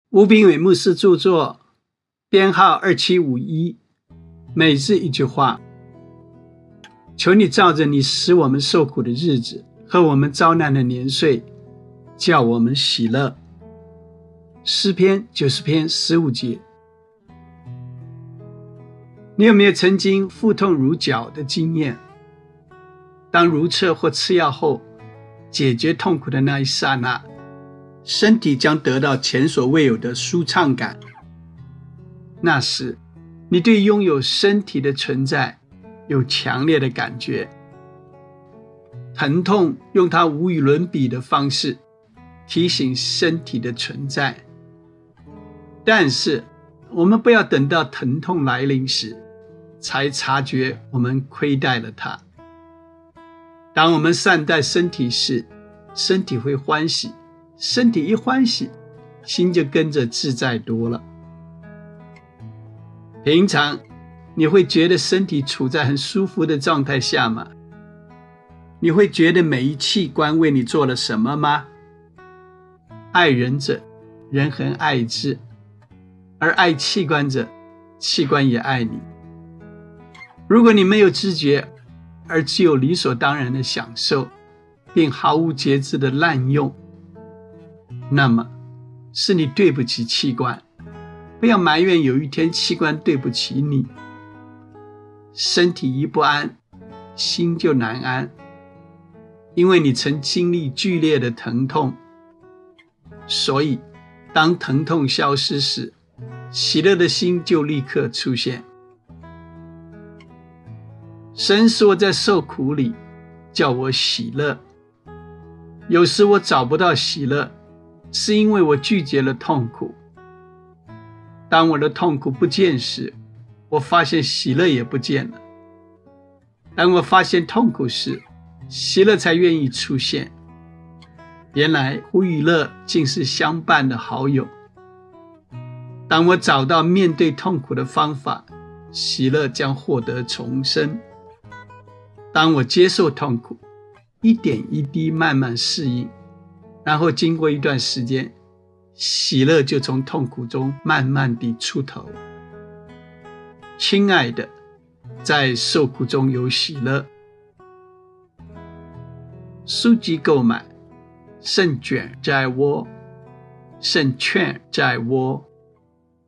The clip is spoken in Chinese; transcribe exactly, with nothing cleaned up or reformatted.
吴炳伟牧师著作，编号二七五一，每日一句话。求你照着你使我们受苦的日子和我们遭难的年岁，叫我们喜乐。诗篇九十篇十五节。你有没有曾经腹痛如绞的经验？当如厕或吃药后解决痛苦的那一刹那，身体将得到前所未有的舒畅感。那时，你对拥有身体的存在有强烈的感觉。疼痛用它无与伦比的方式提醒身体的存在。但是，我们不要等到疼痛来临时，才察觉我们亏待了它。当我们善待身体时，身体会欢喜，身体一欢喜，心就跟着自在多了。平常你会觉得身体处在很舒服的状态下吗？你会觉得每一器官为你做了什么吗？爱人者，人恒爱之，而爱器官者，器官也爱你。如果你没有知觉，而只有理所当然的享受，并毫无节制的滥用，那么是你对不起器官。不要埋怨有一天器官对不起你。身体一不安，心就难安，因为你曾经历剧烈的疼痛。所以当疼痛消失时，喜乐的心就立刻出现。神使我在受苦里，叫我喜乐。有时我找不到喜乐，是因为我拒绝了痛苦。当我的痛苦不见时，我发现喜乐也不见了。当我发现痛苦时，喜乐才愿意出现。原来苦与乐竟是相伴的好友。当我找到面对痛苦的方法，喜乐将获得重生。当我接受痛苦，一点一滴慢慢适应，然后经过一段时间，喜乐就从痛苦中慢慢地出头。亲爱的，在受苦中有喜乐。书籍购买：胜卷在握，胜券在握。